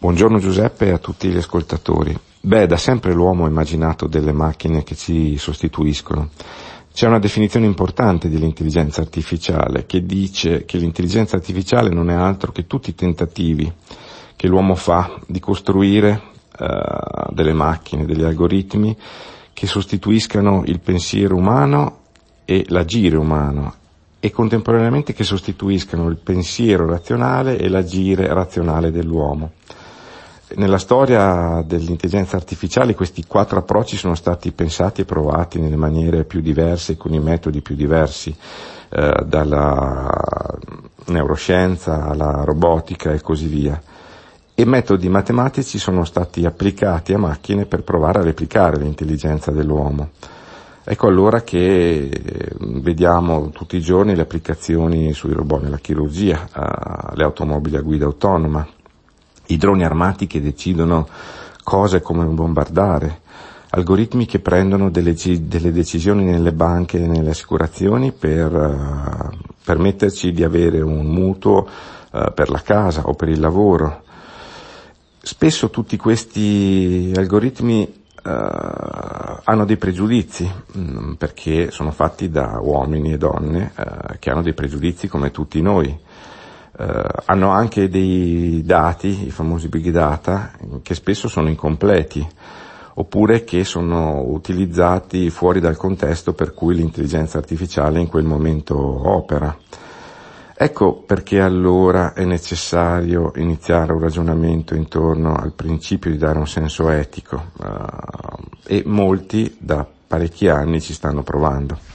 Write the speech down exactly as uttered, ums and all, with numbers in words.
Buongiorno Giuseppe e a tutti gli ascoltatori. Beh, da sempre l'uomo ha immaginato delle macchine che ci sostituiscono. C'è una definizione importante dell'intelligenza artificiale che dice che l'intelligenza artificiale non è altro che tutti i tentativi che l'uomo fa di costruire uh, delle macchine, degli algoritmi che sostituiscano il pensiero umano e l'agire umano e contemporaneamente che sostituiscano il pensiero razionale e l'agire razionale dell'uomo. Nella storia dell'intelligenza artificiale questi quattro approcci sono stati pensati e provati nelle maniere più diverse e con i metodi più diversi, eh, dalla neuroscienza alla robotica e così via. E metodi matematici sono stati applicati a macchine per provare a replicare l'intelligenza dell'uomo. Ecco allora che vediamo tutti i giorni le applicazioni sui robot nella chirurgia, eh, le automobili a guida autonoma, i droni armati che decidono cosa e come bombardare, algoritmi che prendono delle, delle decisioni nelle banche e nelle assicurazioni per uh, permetterci di avere un mutuo uh, per la casa o per il lavoro. Spesso tutti questi algoritmi uh, hanno dei pregiudizi, mh, perché sono fatti da uomini e donne uh, che hanno dei pregiudizi come tutti noi. Uh, hanno anche dei dati, i famosi big data, che spesso sono incompleti, oppure che sono utilizzati fuori dal contesto per cui l'intelligenza artificiale in quel momento opera. Ecco perché allora è necessario iniziare un ragionamento intorno al principio di dare un senso etico, uh, e molti da parecchi anni ci stanno provando.